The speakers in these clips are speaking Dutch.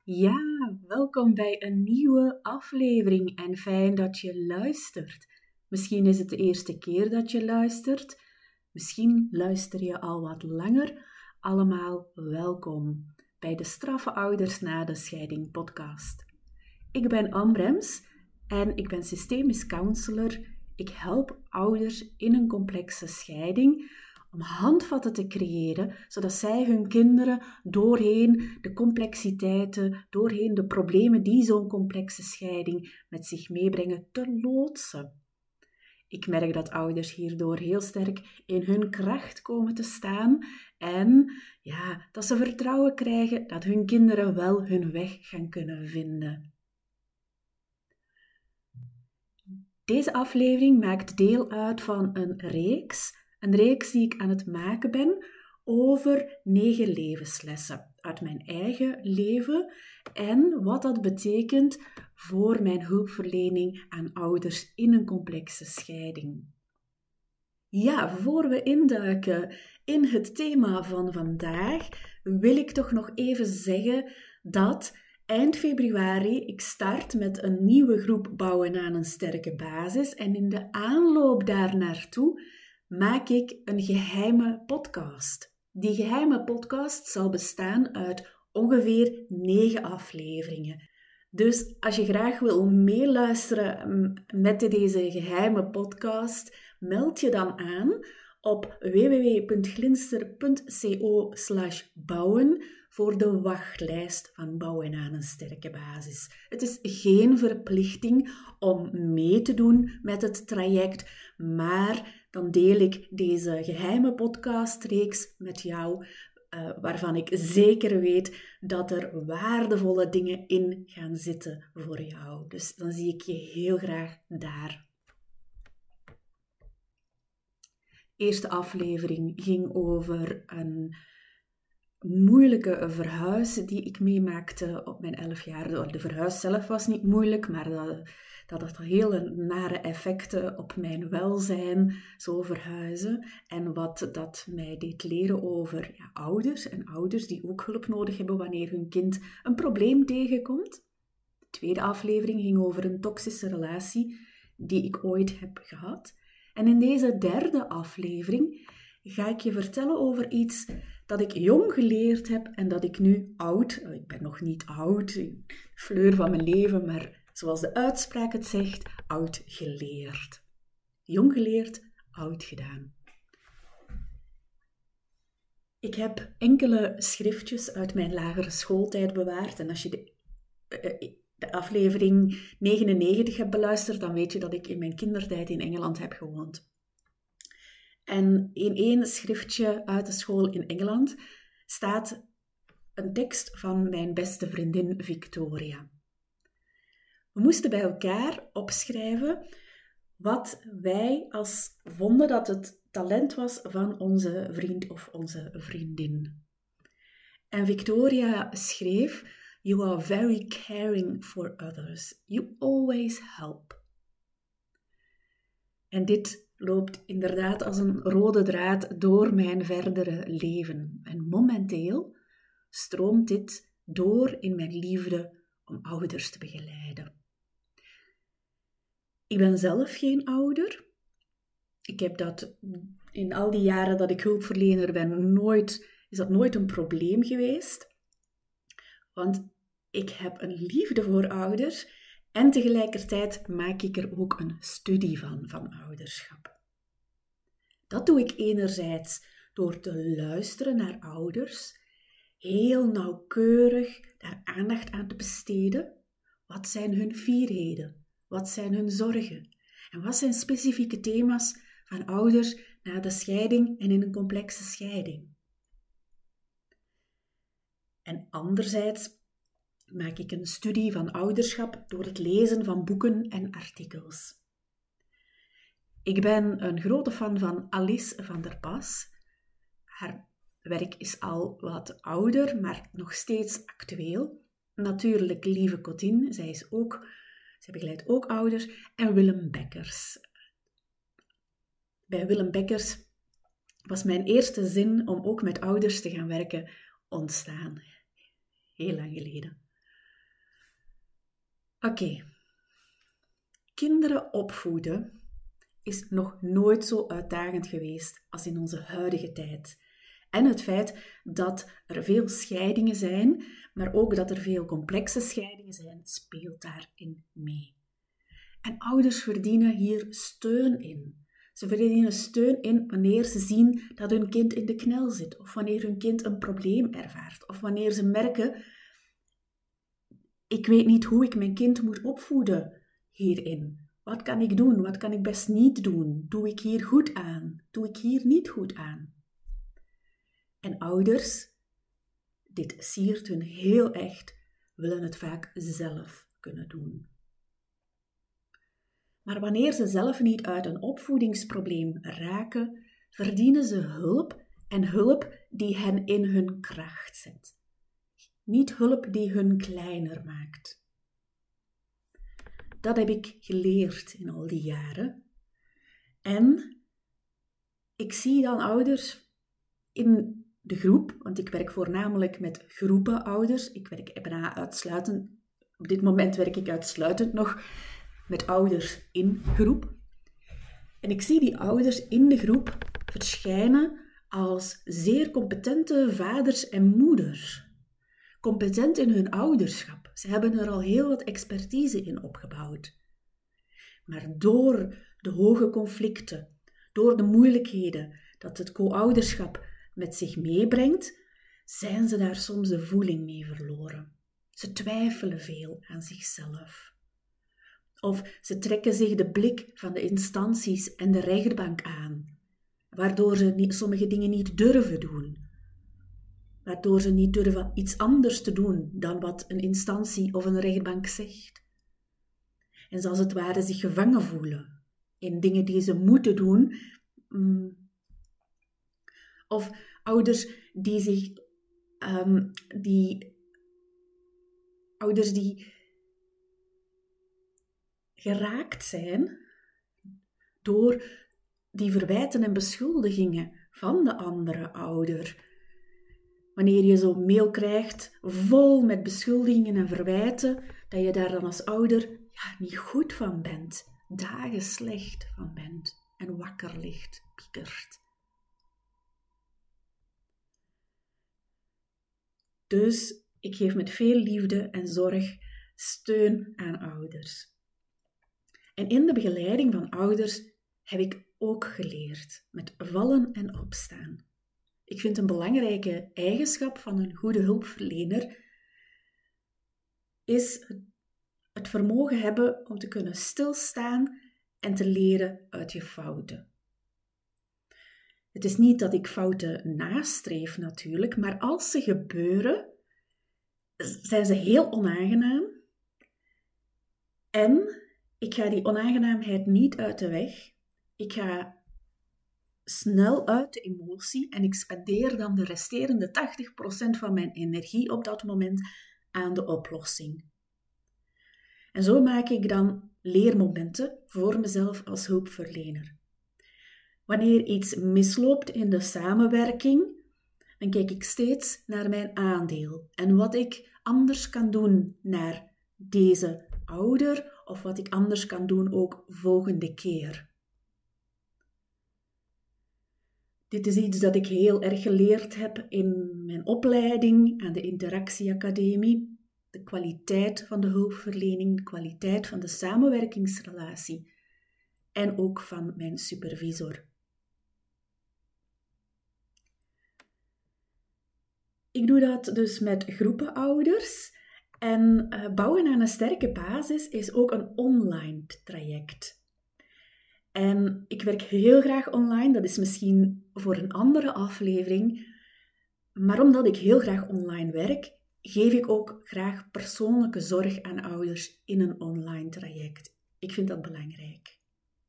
Ja, welkom bij een nieuwe aflevering en fijn dat je luistert. Misschien is het de eerste keer dat je luistert, misschien luister je al wat langer. Allemaal welkom bij de Straffe Ouders na de Scheiding podcast. Ik ben Anne Brems en ik ben systemisch counselor. Ik help ouders in een complexe scheiding om handvatten te creëren, zodat zij hun kinderen doorheen de complexiteiten, doorheen de problemen die zo'n complexe scheiding met zich meebrengen, te loodsen. Ik merk dat ouders hierdoor heel sterk in hun kracht komen te staan en dat ze vertrouwen krijgen dat hun kinderen wel hun weg gaan kunnen vinden. Deze aflevering maakt deel uit van een reeks die ik aan het maken ben over 9 levenslessen uit mijn eigen leven en wat dat betekent voor mijn hulpverlening aan ouders in een complexe scheiding. Ja, voor we induiken in het thema van vandaag, wil ik toch nog even zeggen dat eind februari ik start met een nieuwe groep Bouwen aan een sterke basis en in de aanloop daar naartoe maak ik een geheime podcast. Die geheime podcast zal bestaan uit ongeveer 9 afleveringen. Dus als je graag wil meeluisteren met deze geheime podcast, meld je dan aan op www.glinster.co/bouwen voor de wachtlijst van Bouwen aan een sterke basis. Het is geen verplichting om mee te doen met het traject, maar dan deel ik deze geheime podcastreeks met jou, waarvan ik zeker weet dat er waardevolle dingen in gaan zitten voor jou. Dus dan zie ik je heel graag daar. De eerste aflevering ging over een moeilijke verhuis die ik meemaakte op mijn 11 jaar. De verhuis zelf was niet moeilijk, maar dat had hele nare effecten op mijn welzijn, zo verhuizen. En wat dat mij deed leren over ouders en ouders die ook hulp nodig hebben wanneer hun kind een probleem tegenkomt. De tweede aflevering ging over een toxische relatie die ik ooit heb gehad. En in deze derde aflevering ga ik je vertellen over iets dat ik jong geleerd heb en dat ik nu oud, ik ben nog niet oud, fleur van mijn leven, maar zoals de uitspraak het zegt, oud geleerd. Jong geleerd, oud gedaan. Ik heb enkele schriftjes uit mijn lagere schooltijd bewaard en als je de aflevering 99 hebt beluisterd, dan weet je dat ik in mijn kindertijd in Engeland heb gewoond. En in 1 schriftje uit de school in Engeland staat een tekst van mijn beste vriendin Victoria. We moesten bij elkaar opschrijven wat wij vonden dat het talent was van onze vriend of onze vriendin. En Victoria schreef: "You are very caring for others. You always help." En dit loopt inderdaad als een rode draad door mijn verdere leven. En momenteel stroomt dit door in mijn liefde om ouders te begeleiden. Ik ben zelf geen ouder. Ik heb dat in al die jaren dat ik hulpverlener ben, is dat nooit een probleem geweest. Want ik heb een liefde voor ouders en tegelijkertijd maak ik er ook een studie van ouderschap. Dat doe ik enerzijds door te luisteren naar ouders, heel nauwkeurig daar aandacht aan te besteden. Wat zijn hun fierheden? Wat zijn hun zorgen? En wat zijn specifieke thema's van ouders na de scheiding en in een complexe scheiding? En anderzijds maak ik een studie van ouderschap door het lezen van boeken en artikels. Ik ben een grote fan van Alice van der Pas. Haar werk is al wat ouder, maar nog steeds actueel. Natuurlijk Lieve Cotin, zij begeleidt ook ouders. En Willem Beckers. Bij Willem Beckers was mijn eerste zin om ook met ouders te gaan werken ontstaan. Heel lang geleden. Oké. Kinderen opvoeden is nog nooit zo uitdagend geweest als in onze huidige tijd. En het feit dat er veel scheidingen zijn, maar ook dat er veel complexe scheidingen zijn, speelt daarin mee. En ouders verdienen hier steun in. Ze verdienen steun in wanneer ze zien dat hun kind in de knel zit, of wanneer hun kind een probleem ervaart, of wanneer ze merken, ik weet niet hoe ik mijn kind moet opvoeden hierin. Wat kan ik doen? Wat kan ik best niet doen? Doe ik hier goed aan? Doe ik hier niet goed aan? En ouders, dit siert hun heel echt, willen het vaak zelf kunnen doen. Maar wanneer ze zelf niet uit een opvoedingsprobleem raken, verdienen ze hulp en hulp die hen in hun kracht zet. Niet hulp die hun kleiner maakt. Dat heb ik geleerd in al die jaren. En ik zie dan ouders in de groep, want ik werk voornamelijk met groepen ouders. Ik werk bijna uitsluitend, op dit moment werk ik uitsluitend nog met ouders in groep. En ik zie die ouders in de groep verschijnen als zeer competente vaders en moeders. Competent in hun ouderschap. Ze hebben er al heel wat expertise in opgebouwd. Maar door de hoge conflicten, door de moeilijkheden dat het co-ouderschap met zich meebrengt, zijn ze daar soms de voeling mee verloren. Ze twijfelen veel aan zichzelf. Of ze trekken zich de blik van de instanties en de rechtbank aan, waardoor ze sommige dingen niet durven doen. Waardoor ze niet durven iets anders te doen dan wat een instantie of een rechtbank zegt. En ze als het ware zich gevangen voelen in dingen die ze moeten doen. Of ouders die geraakt zijn door die verwijten en beschuldigingen van de andere ouder. Wanneer je zo'n mail krijgt vol met beschuldigingen en verwijten, dat je daar dan als ouder niet goed van bent, dagen slecht van bent en wakker ligt, piekert. Dus ik geef met veel liefde en zorg steun aan ouders. En in de begeleiding van ouders heb ik ook geleerd met vallen en opstaan. Ik vind een belangrijke eigenschap van een goede hulpverlener is het vermogen hebben om te kunnen stilstaan en te leren uit je fouten. Het is niet dat ik fouten nastreef natuurlijk, maar als ze gebeuren, zijn ze heel onaangenaam. En ik ga die onaangenaamheid niet uit de weg. Ik ga snel uit de emotie en ik spendeer dan de resterende 80% van mijn energie op dat moment aan de oplossing. En zo maak ik dan leermomenten voor mezelf als hulpverlener. Wanneer iets misloopt in de samenwerking, dan kijk ik steeds naar mijn aandeel en wat ik anders kan doen naar deze ouder of wat ik anders kan doen ook volgende keer. Dit is iets dat ik heel erg geleerd heb in mijn opleiding aan de Interactieacademie. De kwaliteit van de hulpverlening, de kwaliteit van de samenwerkingsrelatie en ook van mijn supervisor. Ik doe dat dus met groepen ouders en bouwen aan een sterke basis is ook een online traject. En ik werk heel graag online, dat is misschien voor een andere aflevering, maar omdat ik heel graag online werk, geef ik ook graag persoonlijke zorg aan ouders in een online traject. Ik vind dat belangrijk.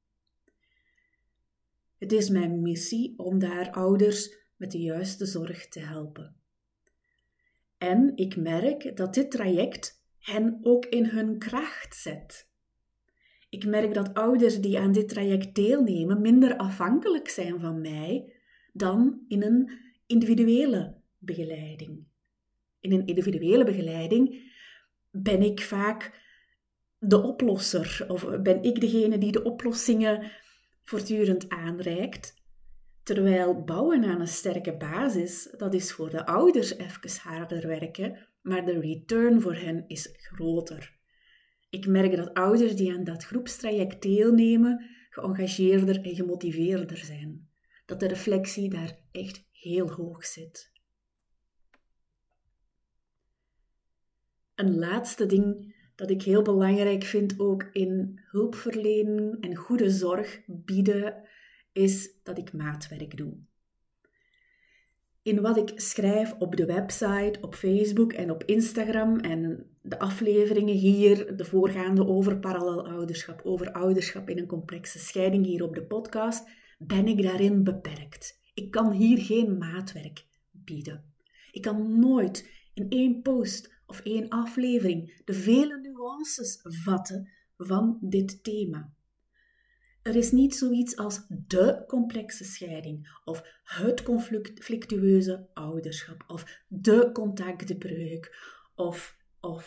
Het is mijn missie om daar ouders met de juiste zorg te helpen. En ik merk dat dit traject hen ook in hun kracht zet. Ik merk dat ouders die aan dit traject deelnemen minder afhankelijk zijn van mij dan in een individuele begeleiding. In een individuele begeleiding ben ik vaak de oplosser? Of ben ik degene die de oplossingen voortdurend aanreikt? Terwijl bouwen aan een sterke basis, dat is voor de ouders even harder werken, maar de return voor hen is groter. Ik merk dat ouders die aan dat groepstraject deelnemen, geëngageerder en gemotiveerder zijn. Dat de reflectie daar echt heel hoog zit. Een laatste ding dat ik heel belangrijk vind ook in hulpverlening en goede zorg bieden, is dat ik maatwerk doe. In wat ik schrijf op de website, op Facebook en op Instagram en de afleveringen hier, de voorgaande over parallel ouderschap, over ouderschap in een complexe scheiding hier op de podcast, ben ik daarin beperkt. Ik kan hier geen maatwerk bieden. Ik kan nooit in 1 post of 1 aflevering de vele nuances vatten van dit thema. Er is niet zoiets als de complexe scheiding of het conflictueuze ouderschap of de contactbreuk of.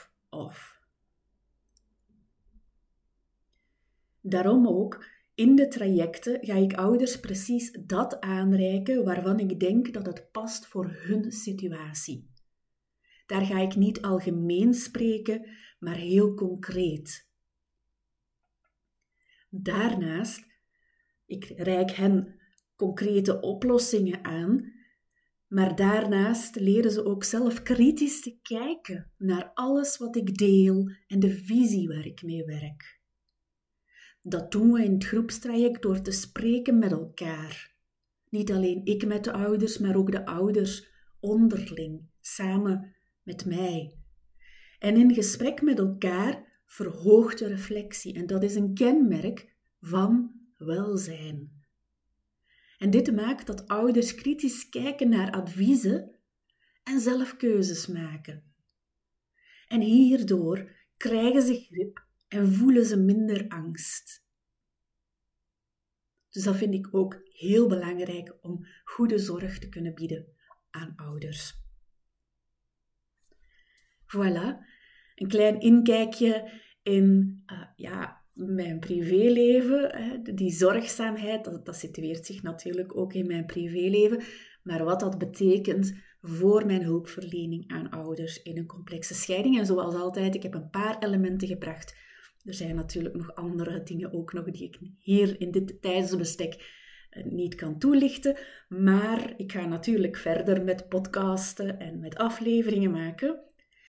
Daarom ook, in de trajecten ga ik ouders precies dat aanreiken waarvan ik denk dat het past voor hun situatie. Daar ga ik niet algemeen spreken, maar heel concreet. Daarnaast, ik reik hen concrete oplossingen aan, maar daarnaast leren ze ook zelf kritisch te kijken naar alles wat ik deel en de visie waar ik mee werk. Dat doen we in het groepstraject door te spreken met elkaar. Niet alleen ik met de ouders, maar ook de ouders onderling, samen met mij. En in gesprek met elkaar verhoogt de reflectie. En dat is een kenmerk van welzijn. En dit maakt dat ouders kritisch kijken naar adviezen en zelf keuzes maken. En hierdoor krijgen ze grip en voelen ze minder angst. Dus dat vind ik ook heel belangrijk om goede zorg te kunnen bieden aan ouders. Voilà, een klein inkijkje in mijn privéleven. Die zorgzaamheid, dat situeert zich natuurlijk ook in mijn privéleven. Maar wat dat betekent voor mijn hulpverlening aan ouders in een complexe scheiding. En zoals altijd, ik heb een paar elementen gebracht. Er zijn natuurlijk nog andere dingen ook nog die ik hier in dit tijdsbestek niet kan toelichten. Maar ik ga natuurlijk verder met podcasten en met afleveringen maken.